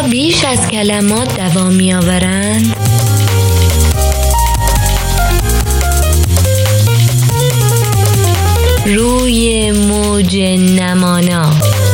بیش از کلمات دوام می‌آورند؟ روی موج نمانا.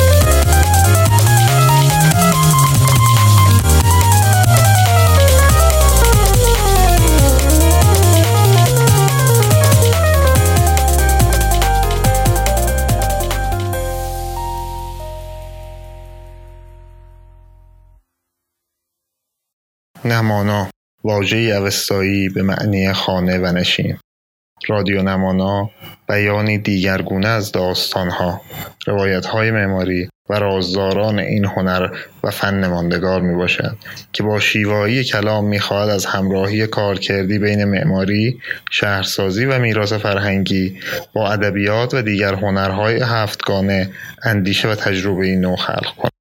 نمانا، واژه‌ای اوستایی به معنی خانه و نشین. رادیو نمانا بیانی دیگرگونه از داستان‌ها، روایت‌های معماری و رازداران این هنر و فن ماندگار میباشد که با شیوایی کلام میخواهد از همراهی کارکردی بین معماری، شهرسازی و میراث فرهنگی با ادبیات و دیگر هنرهای هفتگانه اندیشه و تجربه نو خلق کند.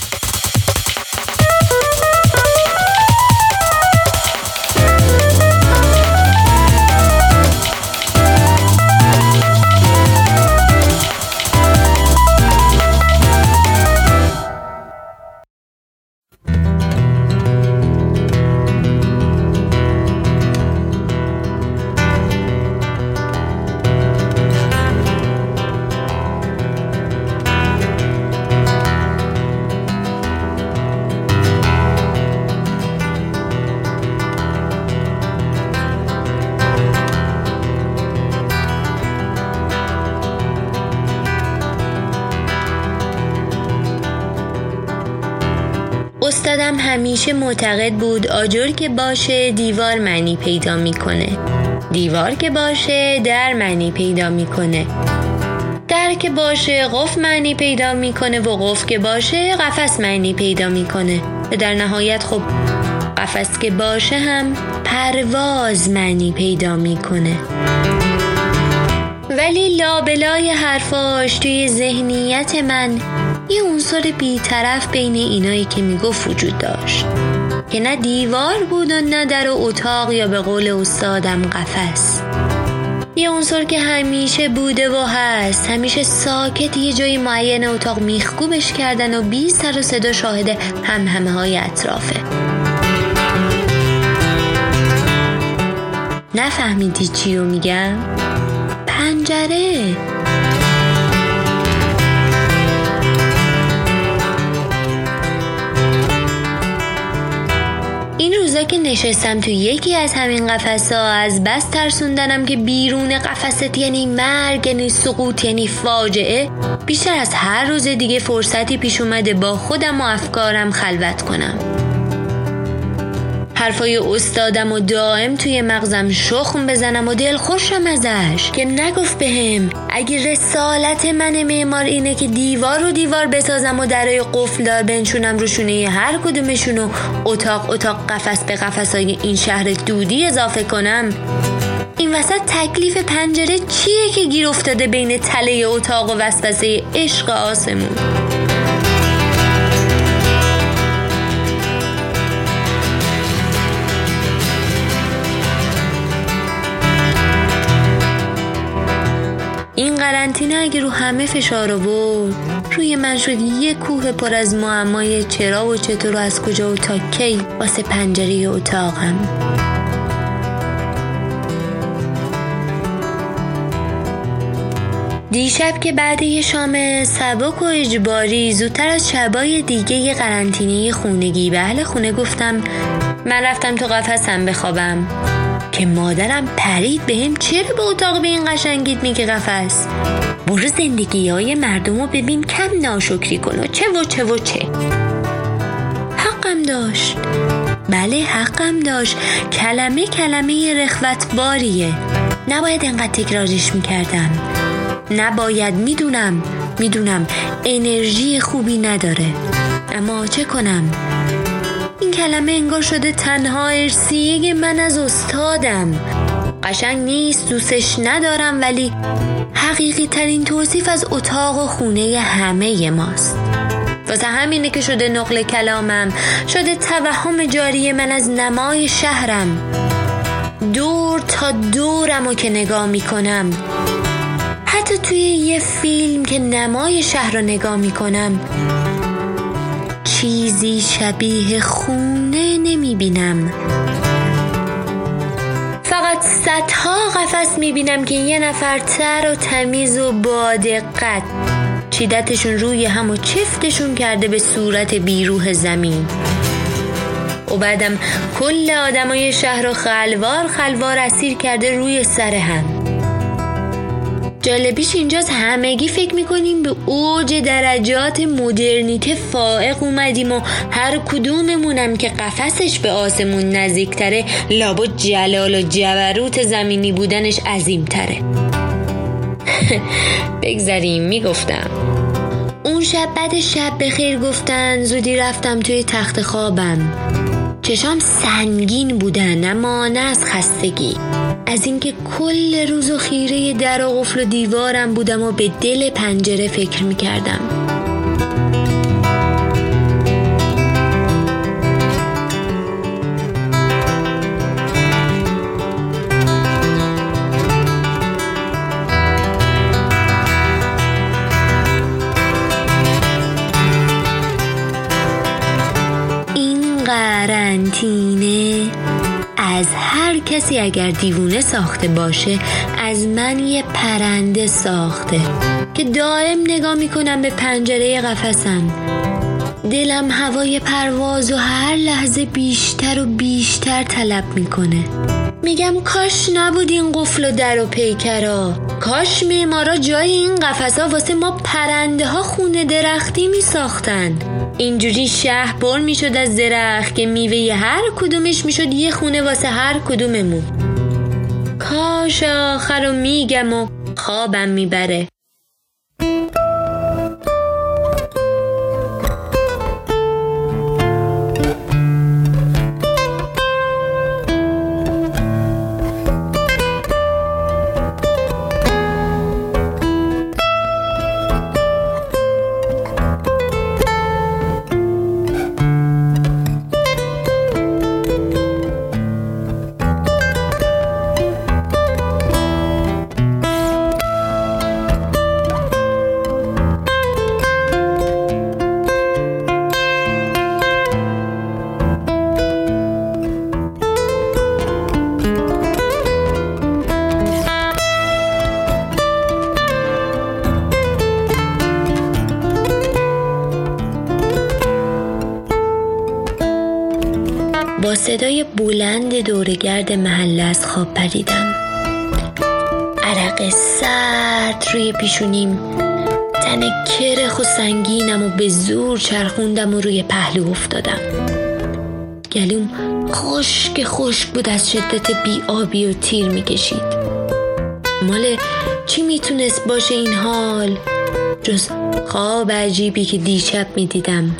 استادم همیشه معتقد بود آجر که باشه دیوار معنی پیدا میکنه، دیوار که باشه در معنی پیدا میکنه، در که باشه قفل معنی پیدا میکنه و قفل که باشه قفس معنی پیدا میکنه و در نهایت خب قفس که باشه هم پرواز معنی پیدا میکنه. ولی لابلای حرفاش توی ذهنیت من یه عنصر بی‌طرف بین اینایی که میگفت وجود داشت که نه دیوار بود و نه در اتاق یا به قول استادم قفس. یه عنصر که همیشه بوده و هست، همیشه ساکت یه جای معین اتاق میخکوبش کردن و بی سر و صدا شاهد همهمه های اطرافه. نفهمیدی چی رو میگم؟ پنجره. این روزا که نشستم تو یکی از همین قفس‌ها از بس ترسوندنم که بیرون قفست یعنی مرگ، یعنی سقوط، یعنی فاجعه، بیشتر از هر روز دیگه فرصتی پیش اومده با خودم و افکارم خلوت کنم. حرفای استادم و دائم توی مغزم شخم بزنم و دل خوشم ازش که نگفت بهم اگه رسالت من معمار اینه که دیوار رو دیوار بسازم و درای قفلدار بنشونم روشونه هر کدومشون و اتاق قفس به قفسای این شهر دودی اضافه کنم، این وسط تکلیف پنجره چیه که گیر افتاده بین تله اتاق و وسوسه عشق آسمون؟ این قرنطینه اگه رو همه فشار آورد، روی من شد یه کوه پر از معمای چرا و چطور و از کجا و تا کی واسه پنجره اتاقم. دیشب که بعد یه شام سبک و اجباری زودتر از شبای دیگه یه قرنطینه خونگی به اهل خونه گفتم من رفتم تو قفسم بخوابم، که مادرم پرید بهم چرا به اتاق به این قشنگیت میگه قفس؟ برو زندگی های مردم رو ببین، کم ناشکری کن و چه حقم داشت. بله حقم داشت. کلمه رخوت باریه، نباید انقدر تکرارش میکردم، نباید. میدونم انرژی خوبی نداره، اما چه کنم؟ این کلمه انگار شده تنها ارثیه من از استادم. قشنگ نیست، دوستش ندارم، ولی حقیقی ترین توصیف از اتاق و خونه همه ماست. واسه همینه که شده نقل کلامم، شده توهم جاری من از نمای شهرم. دور تا دورمو که نگاه میکنم، حتی توی یه فیلم که نمای شهر رو نگاه میکنم، چیزی شبیه خونه نمی بینم. فقط صدها قفس می بینم که یه نفر تر و تمیز و با دقت چیدتشون روی هم و چفتشون کرده به صورت بیروح زمین و بعدم کل آدمای شهر رو خلوار اسیر کرده روی سر هم. جالبیش اینجاست همگی فکر میکنیم به اوج درجات مدرنیته فائق اومدیم و هر کدوممونم که قفسش به آسمون نزدیکتره لابد جلال و جبروت زمینی بودنش عظیمتره. بگذاریم میگفتم. اون شب بعد شب بخیر گفتن زودی رفتم توی تخت خوابم. چشام سنگین بودن اما نه از خستگی، از اینکه کل روز و خیره در و قفل و دیوارم بودم و به دل پنجره فکر میکردم. قرنطینه از هر کسی اگر دیوونه ساخته باشه از من یه پرنده ساخته که دائم نگاه میکنم به پنجره قفسم. دلم هوای پرواز و هر لحظه بیشتر و بیشتر طلب میکنه. میگم کاش نبود این قفل و در و پیکرا، کاش معمارا جای این قفسا واسه ما پرنده ها خونه درختی میساختن. اینجوری شهر پر میشد از درخت که میوه هر کدومش میشد یه خونه واسه هر کدوممون. کاش آخرو میگم و خوابم میبره. با صدای بلند دورگرد محله از خواب پریدم. عرق سرد روی پیشونیم، تن کرخ و سنگینم و به زور چرخوندم و روی پهلو افتادم. گلوم خشک بود، از شدت بی‌آبی و تیر میکشید. مال چی میتونست باشه این حال جز خواب عجیبی که دیشب میدیدم.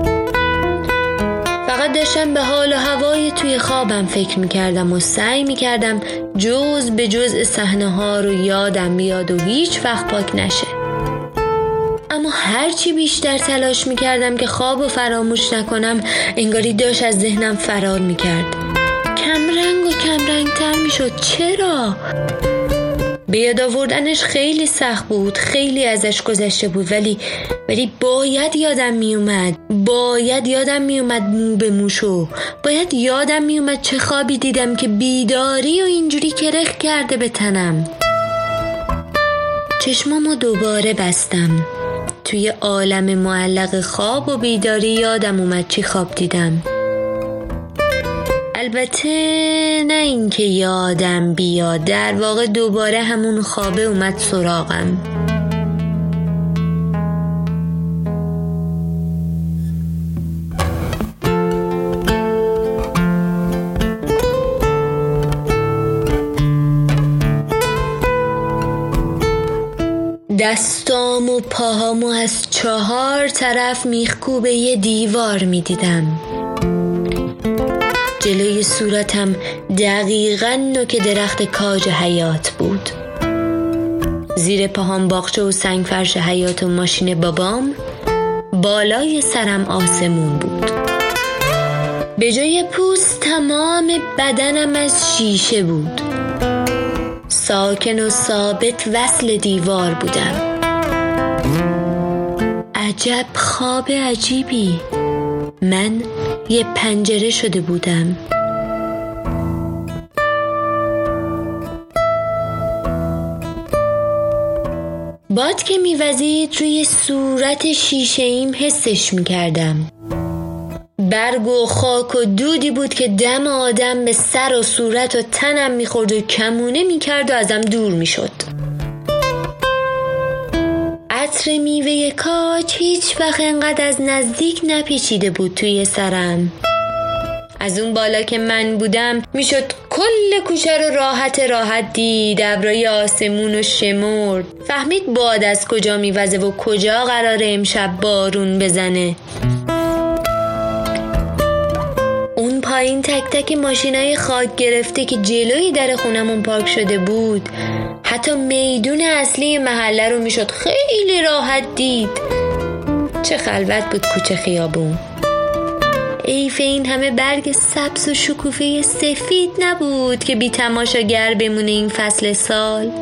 فقط داشتم به حال و هوای توی خوابم فکر میکردم و سعی میکردم جز به جز صحنه ها رو یادم بیاد و هیچ وقت پاک نشه. اما هرچی بیشتر تلاش میکردم که خواب و فراموش نکنم انگاری داشت از ذهنم فرار میکرد. کمرنگ و کمرنگتر میشد. چرا؟ به یاد آوردنش خیلی سخت بود، خیلی ازش گذشته بود، ولی باید یادم میومد مو به موشو. باید یادم میومد چه خوابی دیدم که بیداری و اینجوری کرخ کرده به تنم. چشمامو دوباره بستم. توی عالم معلق خواب و بیداری یادم اومد چی خواب دیدم. البته نه اینکه یادم بیاد، در واقع دوباره همون خوابه اومد سراغم. دستام و پاهامو از 4 طرف میخکوب یه دیوار میدیدم. جلوی صورتم دقیقاً نوک درخت کاج حیات بود. زیر پاهام باغچه و سنگ فرش حیات و ماشین بابام. بالای سرم آسمون بود. به جای پوست تمام بدنم از شیشه بود. ساکن و ثابت وصل دیوار بودم. عجب خواب عجیبی. من یه پنجره شده بودم. باد که میوزید روی صورت شیشه‌ایم حسش میکردم. برگ و خاک و دودی بود که دم آدم به سر و صورت و تنم میخورد و کمونه میکرد و ازم دور میشد. عطر میوه کاج هیچ وقت انقدر از نزدیک نپیچیده بود توی سرم. از اون بالا که من بودم میشد کل کوچه رو راحت دید، ابرای آسمون و شمرد، فهمید باد از کجا میوزه و کجا قراره امشب بارون بزنه. اون پایین تک تک ماشینای خاک گرفته که جلوی در خونمون پارک شده بود، حتی میدون اصلی محله رو میشد خیلی راحت دید. چه خلوت بود کوچه خیابون. ایف این همه برگ سبز و شکوفه سفید نبود که بی تماشاگر بمونه این فصل سال.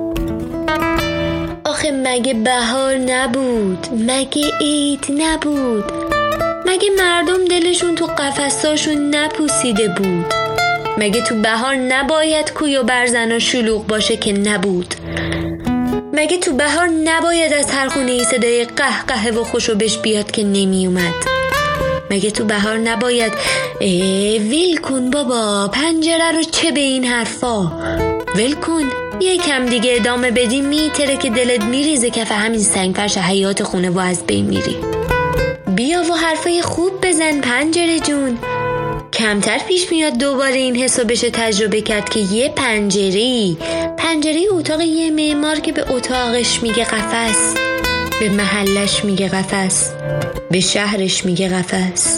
آخه مگه بهار نبود؟ مگه عید نبود؟ مگه مردم دلشون تو قفساشون نپوسیده بود؟ مگه تو بهار نباید کوی و برزنا شلوغ باشه که نبود؟ مگه تو بهار نباید از هر خونه‌ای صدای قهقه و خوشوبش بیاد که نمی اومد؟ مگه تو بهار نباید ویل کن بابا پنجره رو، چه به این حرفا، ویل کن یکم دیگه ادامه بدی میتره که دلت میریزه کف همین سنگ فرش حیات خونه و از بین میری. بیا و حرفای خوب بزن پنجره جون. کمتر پیش میاد دوباره این حسو بشه تجربه کرد که یه پنجره اتاق یه معمار که به اتاقش میگه قفس، به محلش میگه قفس، به شهرش میگه قفس.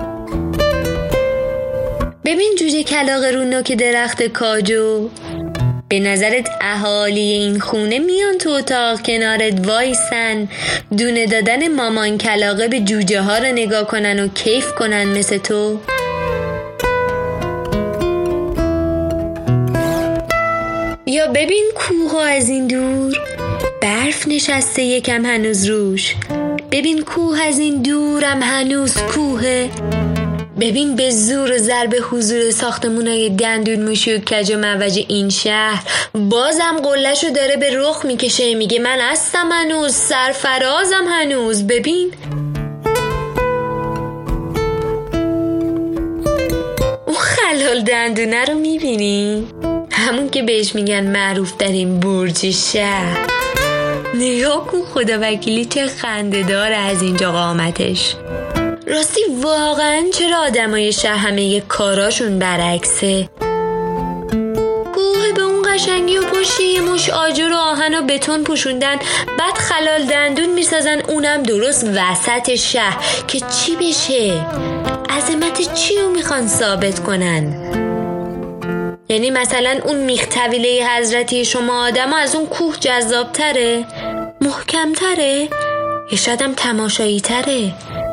ببین جوجه کلاغ رو نوک درخت کاجو. به نظرت اهالی این خونه میان تو اتاق کنارت وایسن دونه دادن مامان کلاغه به جوجه ها رو نگاه کنن و کیف کنن مثل تو؟ یا ببین کوه از این دور، برف نشسته یکم هنوز روش. ببین کوه از این دورم هنوز کوهه. ببین به زور و ضرب حضور ساختمونای دندون موشی و کج و معوج این شهر بازم قله‌شو داره به رخ میکشه، میگه من هستم هنوز، سرفرازم هنوز. ببین اون خلال دندونه رو میبینی؟ همون که بهش میگن معروف در این برج شهر. نگاه کن خدا وکیلی چه خنده داره از اینجا قامتش. راستی واقعا چرا آدمای شهر همه کاراشون برعکسه؟ کوه به اون قشنگی و پشت یه مش آجر و آهن و بتون پوشوندن، بعد خلال دندون میسازن، اونم درست وسط شهر که چی بشه؟ عظمت چی رو میخوان ثابت کنن؟ یعنی مثلا اون میخ طویله حضرتی شما آدم ها از اون کوه جذاب تره؟ محکم تره؟ یا شاید هم تماشایی تره؟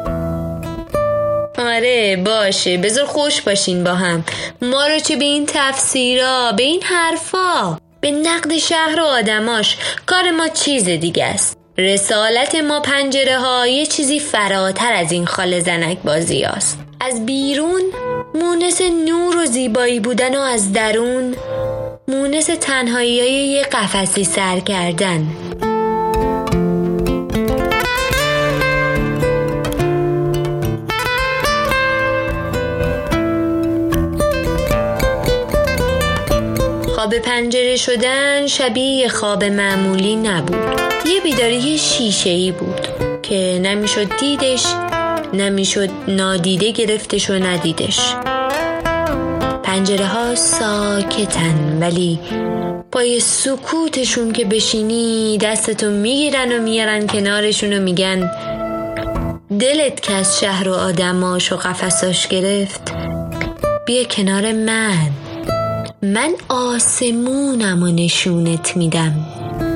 آره باشه، بذار خوش باشین با هم. ما رو چه به این تفسیرا، به این حرفا، به نقد شهر و آدماش. کار ما چیز دیگه است. رسالت ما پنجره ها یه چیزی فراتر از این خاله زنک بازی هست. از بیرون مونس نور و زیبایی بودن و از درون مونس تنهایی های یه قفسی سر کردن. خواب پنجره شدن شبیه خواب معمولی نبود. یه بیداری شیشه‌ای بود که نمیشد دیدش، نمیشد نادیده گرفتش و ندیدش. پنجره ها ساکتن ولی پای سکوتشون که بشینی دستتو میگیرن و میارن کنارشون و میگن دلت که از شهر و آدماش و قفساش گرفت، بیا کنار من آسمونم و نشونت میدم.